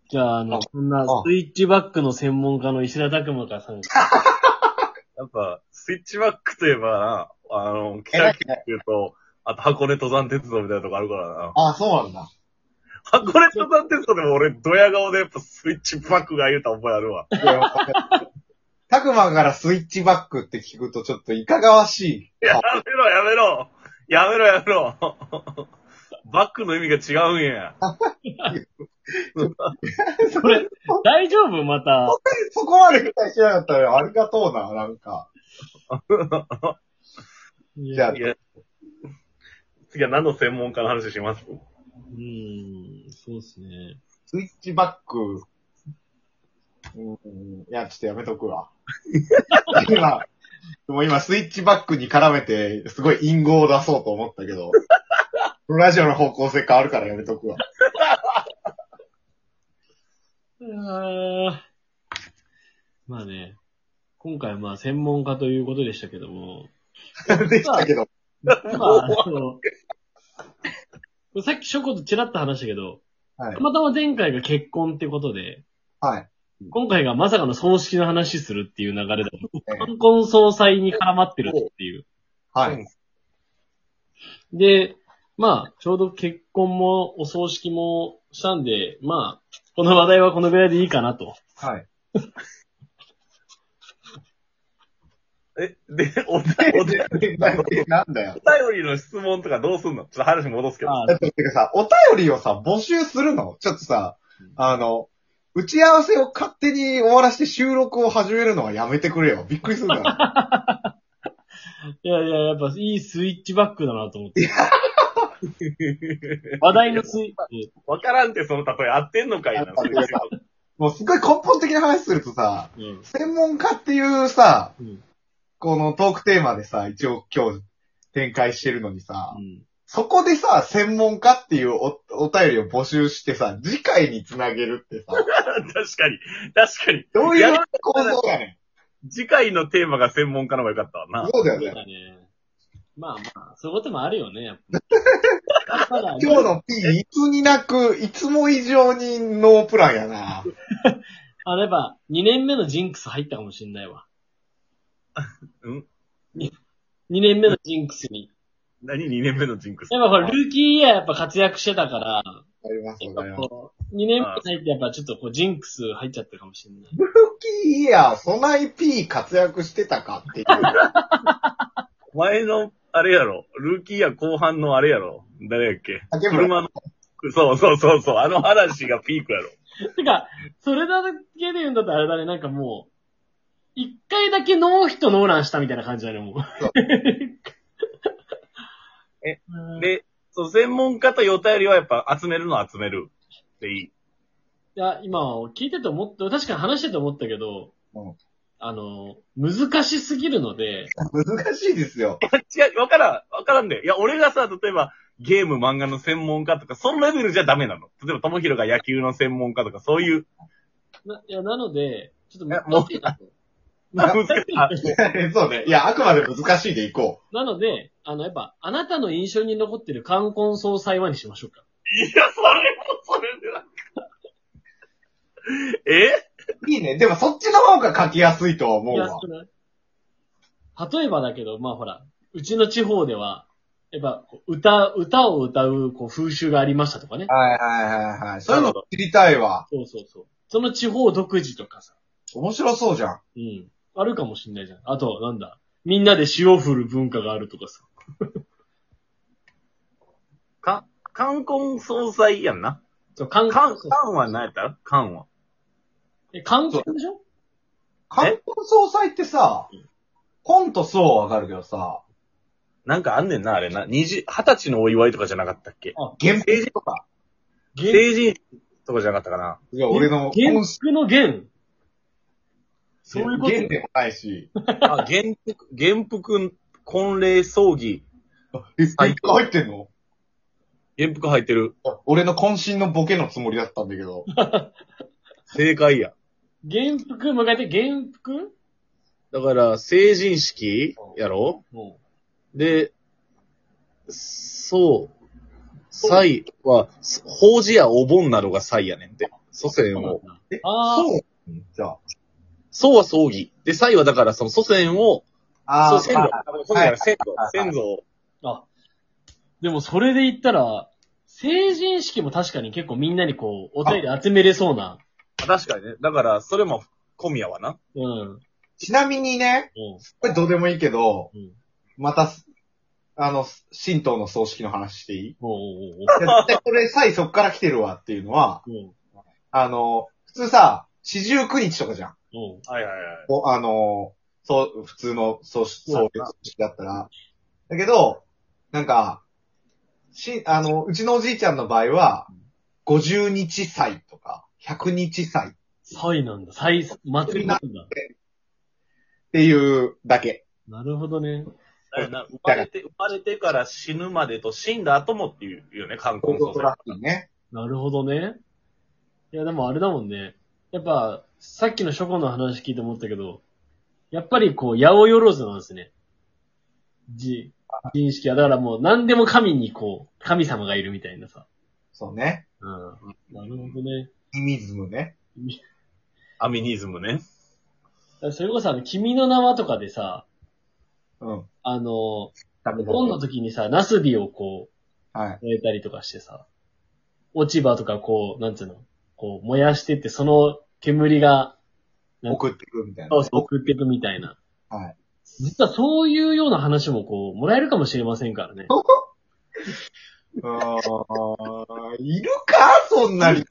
じゃあ、そんなスイッチバックの専門家の石田拓馬さん。 やっぱ、スイッチバックといえばな、北九州と、あと箱根登山鉄道みたいなとこあるからな。 あ、そうなんだ。 箱根登山鉄道でも俺、ドヤ顔でやっぱスイッチバックが言うた覚えあるわ。 たくまからスイッチバックって聞くとちょっといかがわしい。 やめろ、やめろ。やめろ、やめろ。バックの意味が違うんや。 これ、大丈夫また。 そこまで期待しなかったよ。ありがとうな、なんか。じゃあ、 次は何の専門家の話します？ そうですね。 スイッチバック。いや、ちょっとやめとくわ。今、スイッチバックに絡めて、すごい隠語を出そうと思ったけど、ラジオの方向性変わるからやめとくわ。 まあね、今回は専門家ということでしたけども。 でしたけど。 さっきちょこっとちらっと話したけど、 はい、 たまたま前回が結婚ってことで、 はい。 今回がまさかの葬式の話するっていう流れで、冠婚葬祭に絡まってるっていう。 はい。 で、ちょうど結婚もお葬式もしたんで、この話題はこのぐらいでいいかなと。 はい。なんだよ。 お便りの質問とかどうすんの？ちょっと話戻すけど。 てかさ、お便りをさ、募集するの？ちょっとさ、打ち合わせを勝手に終わらせて収録を始めるのはやめてくれよ。びっくりするから。 いや、やっぱいいスイッチバックだなと思って。話題のスイッチ。 わからんってその例え合ってんのかいな。 もうすごい根本的な話するとさ、専門家っていうさ、このトークテーマでさ、一応今日展開してるのにさ、そこでさ、専門家っていうお便りを募集してさ、次回につなげるってさ。 確かに。 どういう構造やねん。次回のテーマが専門家の方がよかったわな。 そうだよね。 そういうこともあるよね、やっぱ。今日の P、いつになく、いつも以上にノープランやな。 やっぱ、2年目のジンクス入ったかもしんないわ。2年目のジンクスに。 何 ?2 年目のジンクス。 やっぱこれ、ルーキーイヤーやっぱ活躍してたから、 ありますよね。 2年目に入ってやっぱちょっとジンクス入っちゃったかもしれない。 ルーキーイヤー、そない P 活躍してたかっていう。 前の、あれやろ。ルーキーイヤー後半のあれやろ。誰やっけ？車の。そう。あの話がピークやろ。 てか、それだけで言うんだったらあれだね、なんかもう、一回だけノーヒットノーランしたみたいな感じだね、もう。 で、専門家というお便りはやっぱ集めるでいい。 いや、今、聞いてて確かに話してて思ったけど、難しすぎるので。 難しいですよ。 違う、わからんで。いや、俺がさ、例えば、ゲーム漫画の専門家とか、そのレベルじゃダメなの。例えば、ともひろが野球の専門家とか、そういう。 なので、ちょっと難しいなと。 そうね。いや、あくまで難しいでいこう。なので、やっぱ、あなたの印象に残ってる冠婚葬祭はにしましょうか。 いや、それでなんか。 いいね。でもそっちの方が書きやすいとは思うわ。 例えばだけど、ほら、うちの地方では、やっぱ、歌を歌う、風習がありましたとかね。 はい。そういうの知りたいわ。 そう。その地方独自とかさ。 面白そうじゃん。 あるかもしんないじゃん。あと、なんだ。みんなで塩振る文化があるとかさ。 冠婚葬祭やんな。冠は何やった冠は。 冠婚でしょ？ 冠婚葬祭ってさ、婚と葬はわかるけどさ。 なんかあんねんな、あれな。20歳のお祝いとかじゃなかったっけ？ 元服とか。 成人とかじゃなかったかな。 いや、俺の。 元服の元。 そういうこと。元でもないし。 元服、婚礼葬儀。 元服入ってんの？ 元服入ってる。 俺の渾身のボケのつもりだったんだけど。 正解や。 元服迎えて元服？ だから、成人式やろ？で、葬祭は、法事やお盆などが祭やねんって。祖先を。 そうじゃあ。 祖は葬儀。で、祭はだからその祖先を、そう、先祖を。 あ、でもそれで言ったら、成人式も確かに結構みんなにこう、お便り集めれそうな。 確かにね。だから、それも小宮はな。 うん。 ちなみにね、これどうでもいいけど、また、神道の葬式の話していい？で、これ、そっから来てるわっていうのは、普通さ、四十九日とかじゃん。 はいはいはい。 そう、普通の葬式だったら。だけど、なんか、うちのおじいちゃんの場合は、50日祭とか、100日祭。 祭なんだ。祭、祭りなんだ。 っていうだけ。 なるほどね。 生まれてから死ぬまでと死んだ後もっていうよね、観光葬祭。 ね。 なるほどね。いや、でもあれだもんね。やっぱ、さっきの諸子の話聞いて思ったけど、やっぱりこう、八百万なんですね。人式は。だからもう何でも神にこう、神様がいるみたいなさ。 そうね。 うん。なるほどね。 アミニズムね。 アミニズムね。 それこそ君の名はとかでさ、 うん。 本の時にさ、ナスビをこう、 はい。 燃えたりとかしてさ、落ち葉とかこう、なんつうの、こう燃やしてって、その煙が、 送っていくみたいな、 ね。そう、送っていくみたいな。 はい。 実はそういうような話もこう、もらえるかもしれませんからね。 いるかそんなに。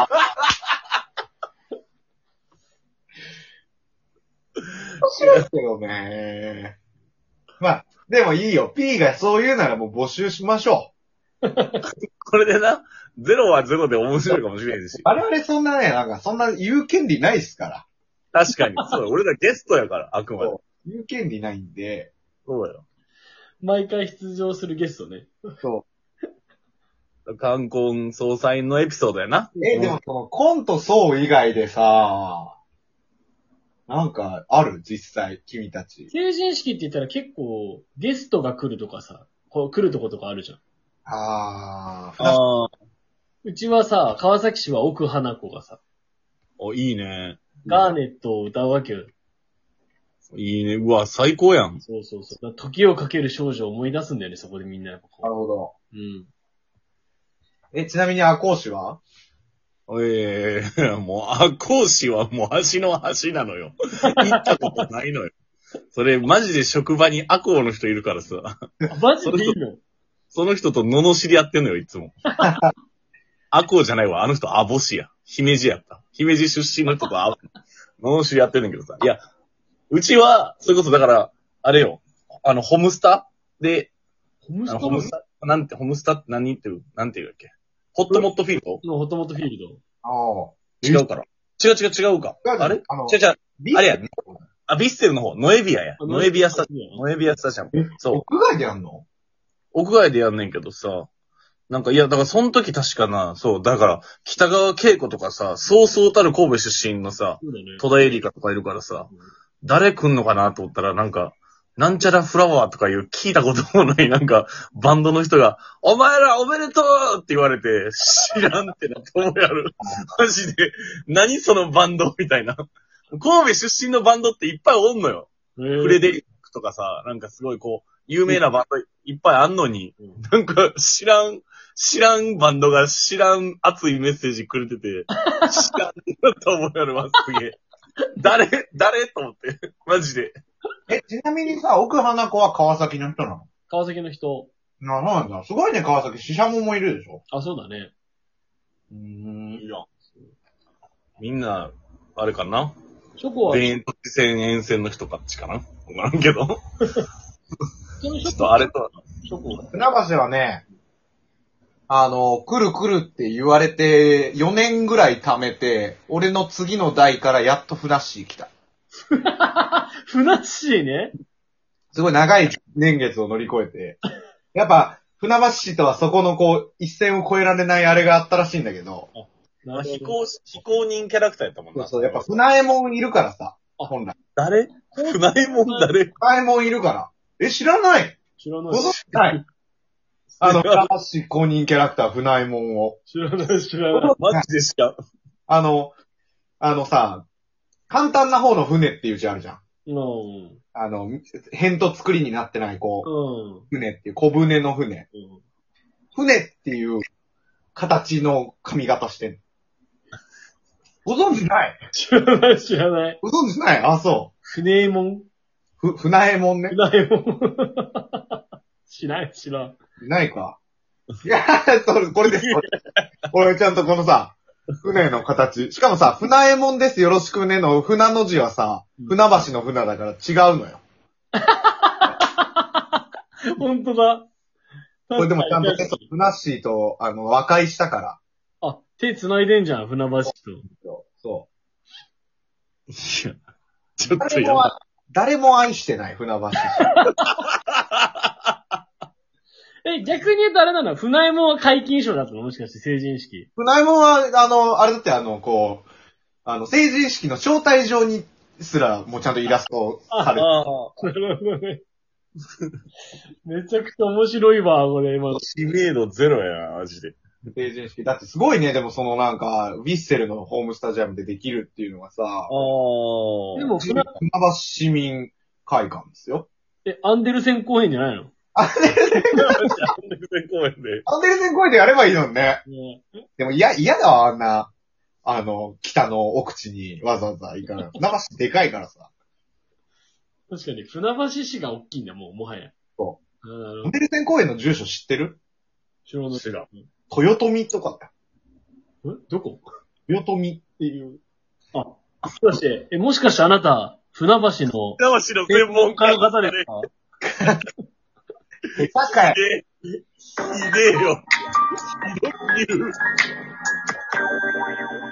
面白いけどね。まあ、でもいいよ。P がそう言うならもう募集しましょう。これでな、ゼロはゼロで面白いかもしれんし。 我々そんなね、そんな言う権利ないっすから。 確かに。そう、俺らゲストやから、あくまで。 言う権利ないんで。 そうだよ。 毎回出場するゲストね。 そう。 冠婚葬祭のエピソードやな。 でもそのコント層以外でさ、なんかある実際、君たち。 成人式って言ったら結構ゲストが来るとかさ、こう来るとことかあるじゃん。うちはさ、川崎市は奥花子がさ、 いいね。 ガーネットを歌うわけよ。 いいね。うわ、最高やん。 そうそうそう。時をかける少女を思い出すんだよね、そこでみんな。 なるほど。 うん。 ちなみに赤穂市はもう、赤穂市はもう端の端なのよ。行ったことないのよ。それ、マジで職場に赤穂の人いるからさ。 マジでいいの？ その人と罵り合ってんのよ、いつも。赤穂じゃないわ。あの人、アボ市や。姫路やった。姫路出身の人と罵り合ってんねんけどさ。いや、うちは、それこそだから、あれよ。ホムスタで、ホムスタホムスタって何っていう、なんていうっけ。ホットモットフィールドホットモットフィールド。 違うから。違うか。あれ違う。あれや。ビッセルの方。ノエビアや。ノエビアスタジアム。そう。 屋外でやんの？ 屋外でやんねんけどさ。なんか、いや、だからその時確かな、そう、だから、北川景子とかさ、そうそうたる神戸出身のさ、戸田恵梨香とかいるからさ、誰来んのかなと思ったら、なんか、なんちゃらフラワーとかいう聞いたこともないなんか、バンドの人が、お前らおめでとうって言われて、知らんってなって思いある。マジで、何そのバンドみたいな。神戸出身のバンドっていっぱいおんのよ。フレデリックとかさ、なんかすごいこう、有名なバンドいっぱいあんのに、なんか知らんバンドが知らん熱いメッセージくれてて、知らんと思いあるわ、すげえ。誰と思って、マジで。 ちなみにさ、奥花子は川崎の人なの？ 川崎の人。 なんだ。すごいね、川崎。シシャモもいるでしょ？ あ、そうだね。 いや。みんな、あれかな？ ショコは。 田園都市線沿線の人たちかな？わからんけど。ちょっとあれと。 ショコは。 船橋はね、来るって言われて、4年ぐらい貯めて、俺の次の代からやっとふなっしー来た。 ふなっしーね。 すごい長い年月を乗り越えて。やっぱ、船橋市とはそこの一線を越えられないあれがあったらしいんだけど。 非公認キャラクターやったもんな。 そう、やっぱ船右衛門いるからさ。本来。 誰？船右衛門誰？ 船右衛門いるから。知らない？ 知らない。 はい。 船橋公認キャラクター、船右衛門を。 知らない、知らない。 マジで知らん。 さ、簡単な方の船っていう字あるじゃん。 うん。 辺と作りになってない、船っていう、小舟の船。船っていう形の髪型してんの。ご存知ない？ 知らない、知らない。 ご存知ない？あ、そう。 船右衛門？ 船右衛門ね。 船右衛門。知らん、知らん。 いないか。いや、これです。俺ちゃんとこのさ、船の形。しかもさ、船右衛門ですよろしくねの船の字はさ、船橋の船だから違うのよ。 ほんとだ。 これでもちゃんとね、船橋と、和解したから。 あ、手繋いでんじゃん、船橋と。 そう。 いや、ちょっとやば誰も愛してない、船橋。 逆に言うとあれなの、船右衛門は解禁賞だったの？もしかして成人式。 船右衛門は、あれだって成人式の招待状にすら、もうちゃんとイラストされてる。 なるほどね。めちゃくちゃ面白いわ、これ、今。 知名度ゼロやな、マジで。 成人式。だってすごいね、でもそのなんか、ウィッセルのホームスタジアムでできるっていうのがさ、 でも船橋市民会館ですよ。 アンデルセン公園じゃないの？ アンデルセン公園で。 アンデルセン公園でやればいいのにね。でも嫌だわ、あんな、北の奥地にわざわざ行かない。船橋でかいからさ。 確かに、船橋市が大きいんだ、もはや。 そう。アンデルセン公園の住所知ってる？ 知らない。 豊臣とかだよ。どこ？ 豊臣っていう。もしかしてあなた、船橋の船橋の専門家の方ですか？ 下手かよ。 ひでえよ。ひどすぎる。